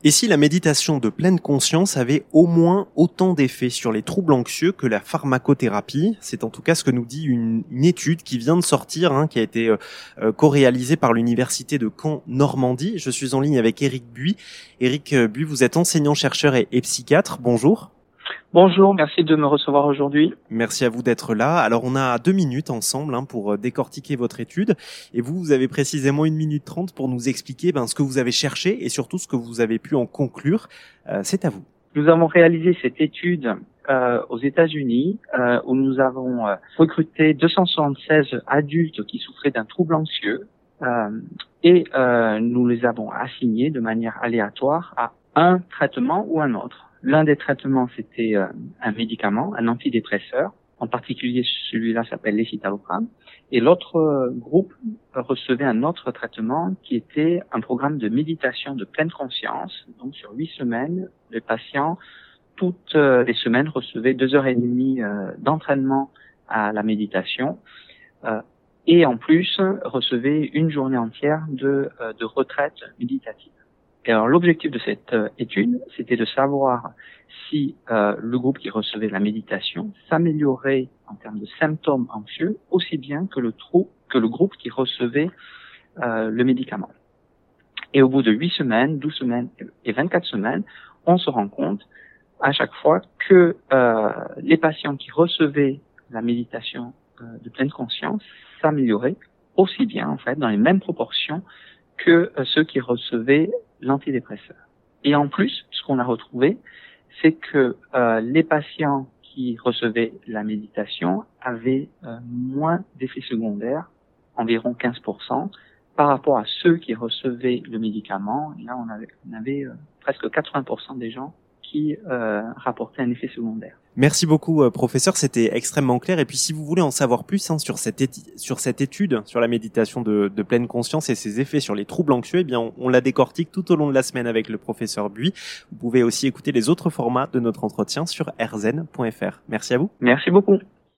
Et si la méditation de pleine conscience avait au moins autant d'effets sur les troubles anxieux que la pharmacothérapie? C'est en tout cas ce que nous dit une étude qui vient de sortir, qui a été co-réalisée par l'université de Caen Normandie. Je suis en ligne avec Éric Buy. Éric Buy, vous êtes enseignant-chercheur et psychiatre. Bonjour. Bonjour, merci de me recevoir aujourd'hui. Merci à vous d'être là. Alors, on a 2 minutes ensemble pour décortiquer votre étude. Et vous avez précisément 1 minute 30 pour nous expliquer ce que vous avez cherché et surtout ce que vous avez pu en conclure. C'est à vous. Nous avons réalisé cette étude aux États-Unis où nous avons recruté 276 adultes qui souffraient d'un trouble anxieux et nous les avons assignés de manière aléatoire à un traitement ou un autre. L'un des traitements, c'était un médicament, un antidépresseur. En particulier, celui-là s'appelle l'escitalopram. Et l'autre groupe recevait un autre traitement qui était un programme de méditation de pleine conscience. Donc, sur 8 semaines, les patients, toutes les semaines, recevaient 2h30 d'entraînement à la méditation. Et en plus, recevaient une journée entière de retraite méditative. Et alors l'objectif de cette étude, c'était de savoir si le groupe qui recevait la méditation s'améliorait en termes de symptômes anxieux aussi bien que le groupe qui recevait le médicament. Et au bout de 8 semaines, 12 semaines et 24 semaines, on se rend compte à chaque fois que les patients qui recevaient la méditation de pleine conscience s'amélioraient aussi bien en fait dans les mêmes proportions que ceux qui recevaient l'antidépresseur. Et en plus, ce qu'on a retrouvé, c'est que les patients qui recevaient la méditation avaient moins d'effets secondaires, environ 15%, par rapport à ceux qui recevaient le médicament. Et là, on avait presque 80% des gens qui rapportaient un effet secondaire. Merci beaucoup, professeur. C'était extrêmement clair. Et puis, si vous voulez en savoir plus sur cette étude sur la méditation de pleine conscience et ses effets sur les troubles anxieux, on la décortique tout au long de la semaine avec le professeur Buy. Vous pouvez aussi écouter les autres formats de notre entretien sur rzn.fr. Merci à vous. Merci beaucoup.